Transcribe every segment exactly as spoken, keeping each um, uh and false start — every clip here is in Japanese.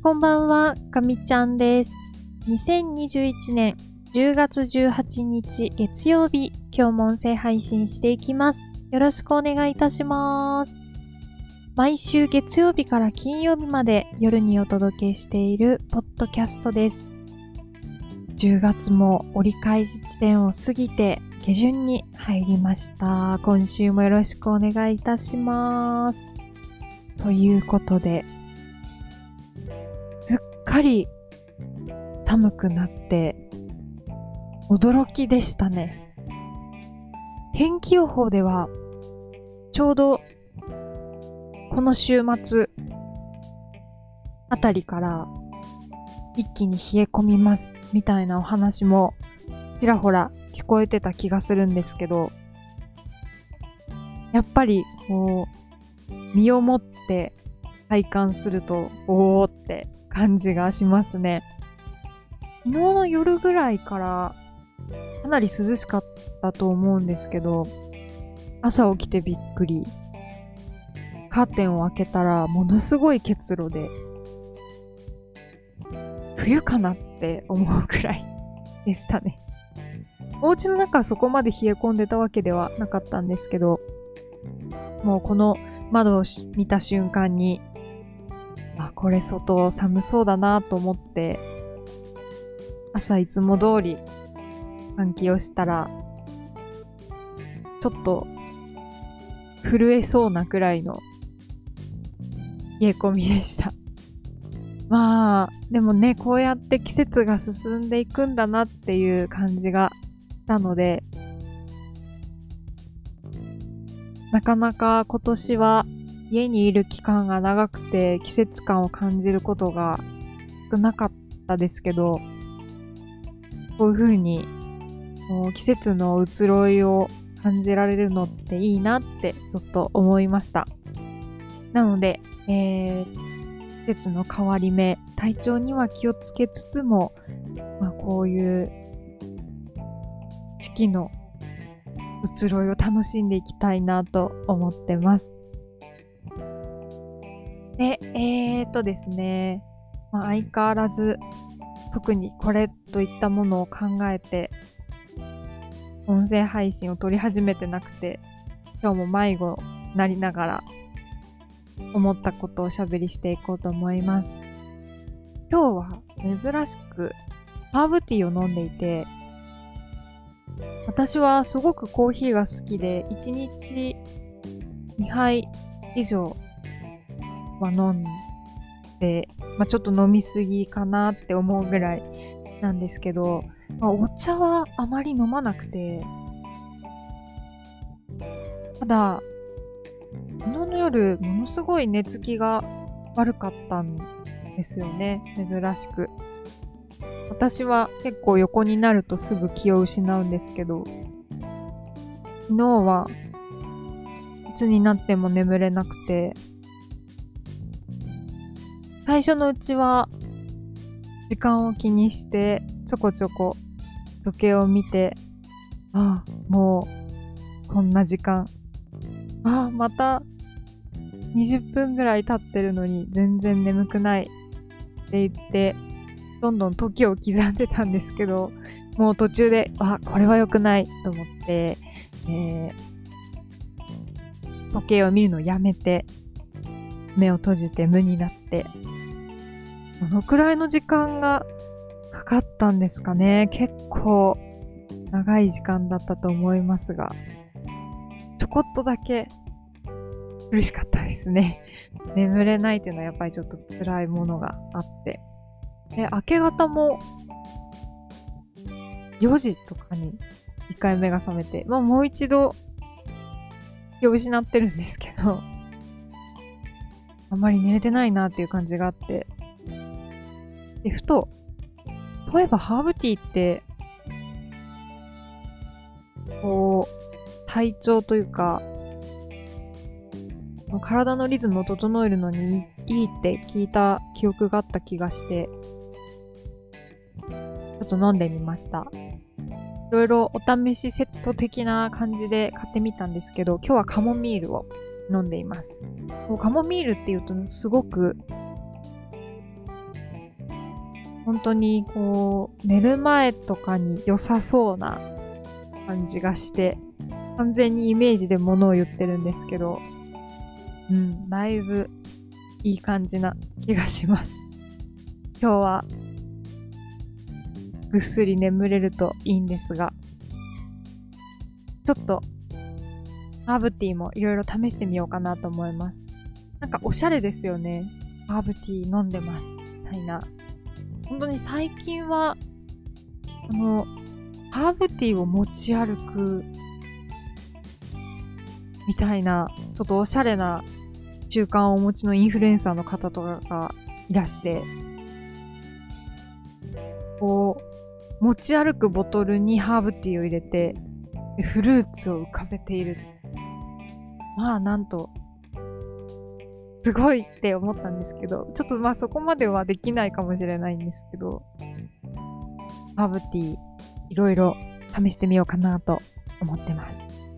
こんばんは、かみちゃんです。にせんにじゅういちねんじゅうがつじゅうはちにち月曜日、今日も音声配信していきます。よろしくお願いいたします。毎週月曜日から金曜日まで夜にお届けしているポッドキャストです。じゅうがつも折り返し地点を過ぎて下旬に入りました。今週もよろしくお願いいたします。ということで、すっかり寒くなって驚きでしたね。天気予報ではちょうどこの週末あたりから一気に冷え込みますみたいなお話もちらほら聞こえてた気がするんですけど、やっぱりこう身をもって体感するとおーって感じがしますね。昨日の夜ぐらいからかなり涼しかったと思うんですけど、朝起きてびっくり。カーテンを開けたらものすごい結露で、冬かなって思うくらいでしたね。お家の中はそこまで冷え込んでたわけではなかったんですけど、もうこの窓を見た瞬間に、あ、これ外寒そうだなと思って、朝いつも通り換気をしたら、ちょっと震えそうなくらいの冷え込みでした。まあ、でもね、こうやって季節が進んでいくんだなっていう感じがしたので、なかなか今年は家にいる期間が長くて季節感を感じることが少なかったですけど、こういう風にこう季節の移ろいを感じられるのっていいなってちょっと思いました。なので、えー、季節の変わり目、体調には気をつけつつも、まあ、こういう四季の移ろいを楽しんでいきたいなと思ってます。で、えーとですね、まあ、相変わらず特にこれといったものを考えて音声配信を撮り始めてなくて、今日も迷子になりながら思ったことをおしゃべりしていこうと思います。今日は珍しくハーブティーを飲んでいて、私はすごくコーヒーが好きで、いちにちにはい以上は飲んで、まあ、ちょっと飲みすぎかなって思うぐらいなんですけど、まあ、お茶はあまり飲まなくて、ただ、昨日の夜、ものすごい寝つきが悪かったんですよね。珍しく。私は結構横になるとすぐ気を失うんですけど、昨日はいつになっても眠れなくて、最初のうちは時間を気にしてちょこちょこ時計を見て、ああ、もうこんな時間。ああ、またにじゅっぷんぐらい経ってるのに全然眠くないって言って、どんどん時を刻んでたんですけど、もう途中で、あ、これは良くないと思って、えー、時計を見るのをやめて、目を閉じて無になって、どのくらいの時間がかかったんですかね。結構長い時間だったと思いますが、ちょこっとだけ苦しかったですね。眠れないっていうのはやっぱりちょっと辛いものがあって。で、明け方もよじとかにいっかいめが覚めて、まあもう一度気を失ってるんですけど、あんまり寝れてないなっていう感じがあって、で、ふと、そういえばハーブティーって、こう、体調というか、体のリズムを整えるのにいいって聞いた記憶があった気がして、ちょっと飲んでみました。いろいろお試しセット的な感じで買ってみたんですけど、今日はカモミールを飲んでいます。カモミールっていうとすごく本当にこう、寝る前とかに良さそうな感じがして、完全にイメージで物を言ってるんですけど、うん、だいぶいい感じな気がします。今日はぐっすり眠れるといいんですが、ちょっとハーブティーもいろいろ試してみようかなと思います。なんかおしゃれですよね。ハーブティー飲んでますみたいな。本当に最近はあのハーブティーを持ち歩くみたいな、ちょっとおしゃれな習慣をお持ちのインフルエンサーの方とかがいらして、こう持ち歩くボトルにハーブティーを入れてフルーツを浮かべている。まあなんとすごいって思ったんですけど、ちょっとまあそこまではできないかもしれないんですけど、ハーブティーいろいろ試してみようかなと思ってます。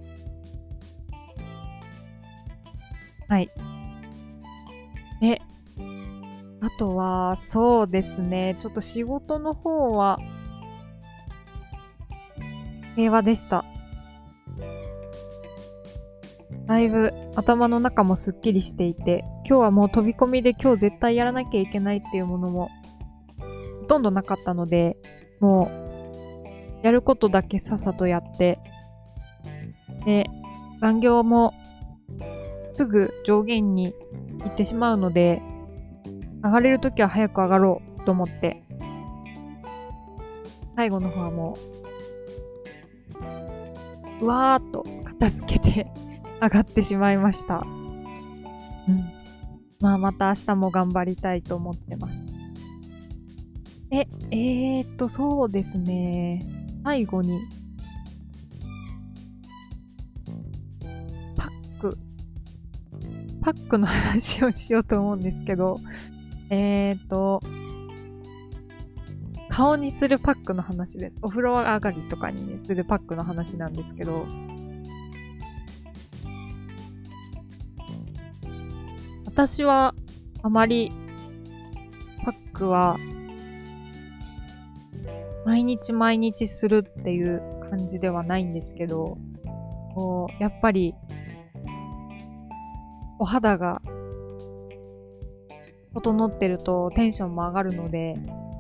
はい。で、あとはそうですね、ちょっと仕事の方は平和でした。だいぶ頭の中もすっきりしていて、今日はもう飛び込みで今日絶対やらなきゃいけないっていうものもほとんどなかったので、もうやることだけさっさとやって、で、残業もすぐ上限に行ってしまうので、上がれるときは早く上がろうと思って、最後の方はもう、うわーっと片付けて上がってしまいました。うん。まあまた明日も頑張りたいと思ってます。え、えーっと、そうですね。最後に、パック、パックの話をしようと思うんですけど、えーっと、顔にするパックの話です。お風呂上がりとかにね、するパックの話なんですけど、私はあまりパックは毎日毎日するっていう感じではないんですけど、こうやっぱりお肌が整ってるとテンションも上がるので、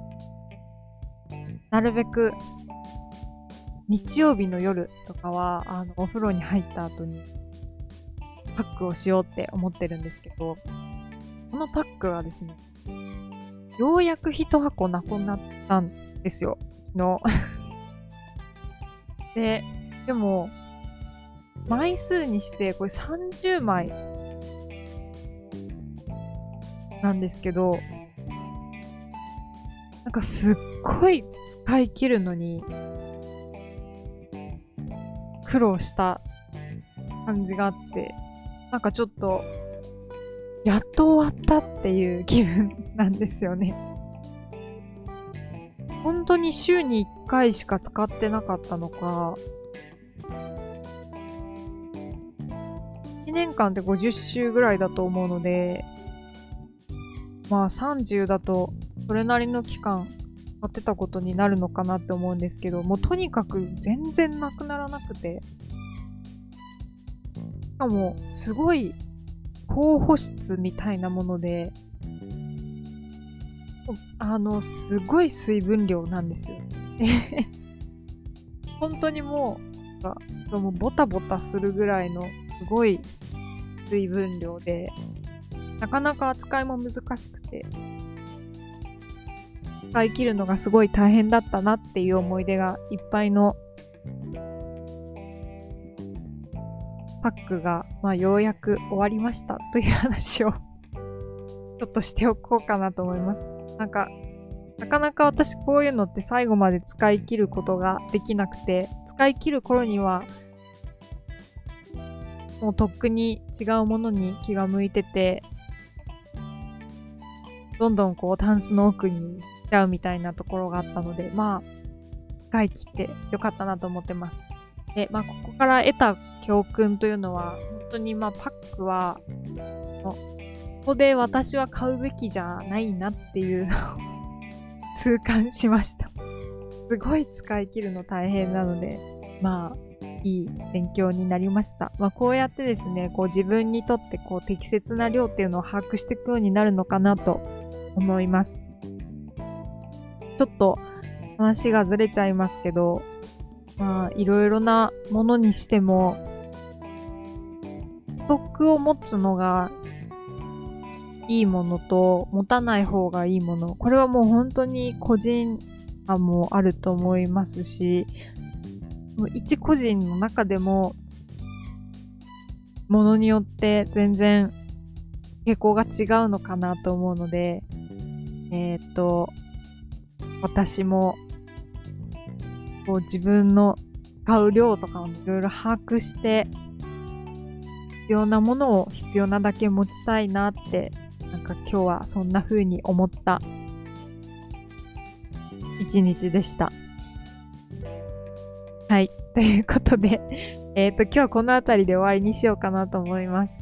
なるべく日曜日の夜とかはあのお風呂に入った後にパックをしようって思ってるんですけど、このパックがですね、ようやく一箱なくなったんですよ、昨日。で、でも、枚数にしてこれさんじゅうまいなんですけど、なんかすっごい使い切るのに苦労した感じがあって、なんかちょっとやっと終わったっていう気分なんですよね。本当に週にいっかいしか使ってなかったのか、いちねんかんでごじゅっしゅうぐらいだと思うので、まあさんじゅうだとそれなりの期間使ってたことになるのかなって思うんですけど、もうとにかく全然なくならなくて、しかもすごい高保湿みたいなもので、あの、すごい水分量なんですよ。本当にもう、なんかもうボタボタするぐらいのすごい水分量で、なかなか扱いも難しくて、使い切るのがすごい大変だったなっていう思い出がいっぱいのパックが、まあ、ようやく終わりましたという話をちょっとしておこうかなと思います。なんか、なかなか私こういうのって最後まで使い切ることができなくて、使い切る頃にはもうとっくに違うものに気が向いてて、どんどんこうタンスの奥に行っちゃうみたいなところがあったので、まあ、使い切ってよかったなと思ってます。で、まあ、ここから得た教訓というのは、本当にまあ、パックは、ここで私は買うべきじゃないなっていうのを痛感しました。すごい使い切るの大変なので、まあ、いい勉強になりました。まあ、こうやってですね、こう自分にとってこう適切な量っていうのを把握していくようになるのかなと思います。ちょっと話がずれちゃいますけど、まあ、いろいろなものにしても、ストックを持つのがいいものと持たない方がいいもの、これはもう本当に個人差もあると思いますし、一個人の中でも、ものによって全然傾向が違うのかなと思うので、えっと、私も、こう自分の使う量とかをいろいろ把握して、必要なものを必要なだけ持ちたいなって、なんか今日はそんな風に思った一日でした。はい。ということで、えっと、今日はこの辺りで終わりにしようかなと思います。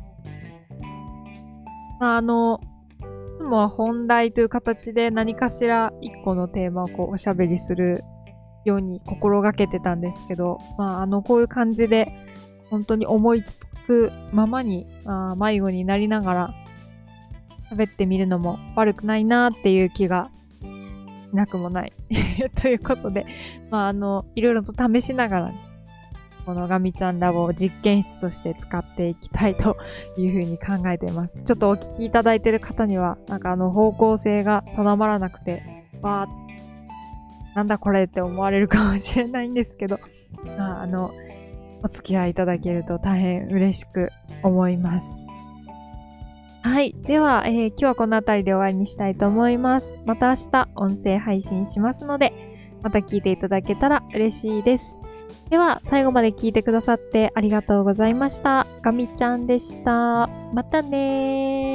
まあ、あの、いつもは本題という形で何かしら一個のテーマをこうおしゃべりするように心がけてたんですけど、まあ、あの、こういう感じで、本当に思いつくままに、あ迷子になりながら喋ってみるのも悪くないなーっていう気がなくもないということで、まあ、あの、いろいろと試しながら、このガミちゃんラボを実験室として使っていきたいというふうに考えています。ちょっとお聞きいただいている方には、なんかあの方向性が定まらなくて、わー、なんだこれって思われるかもしれないんですけど、まあ、あの、お付き合いいただけると大変嬉しく思います。はい。では、えー、今日はこの辺りで終わりにしたいと思います。また明日音声配信しますので、また聞いていただけたら嬉しいです。では、最後まで聞いてくださってありがとうございました。ガミちゃんでした。またねー。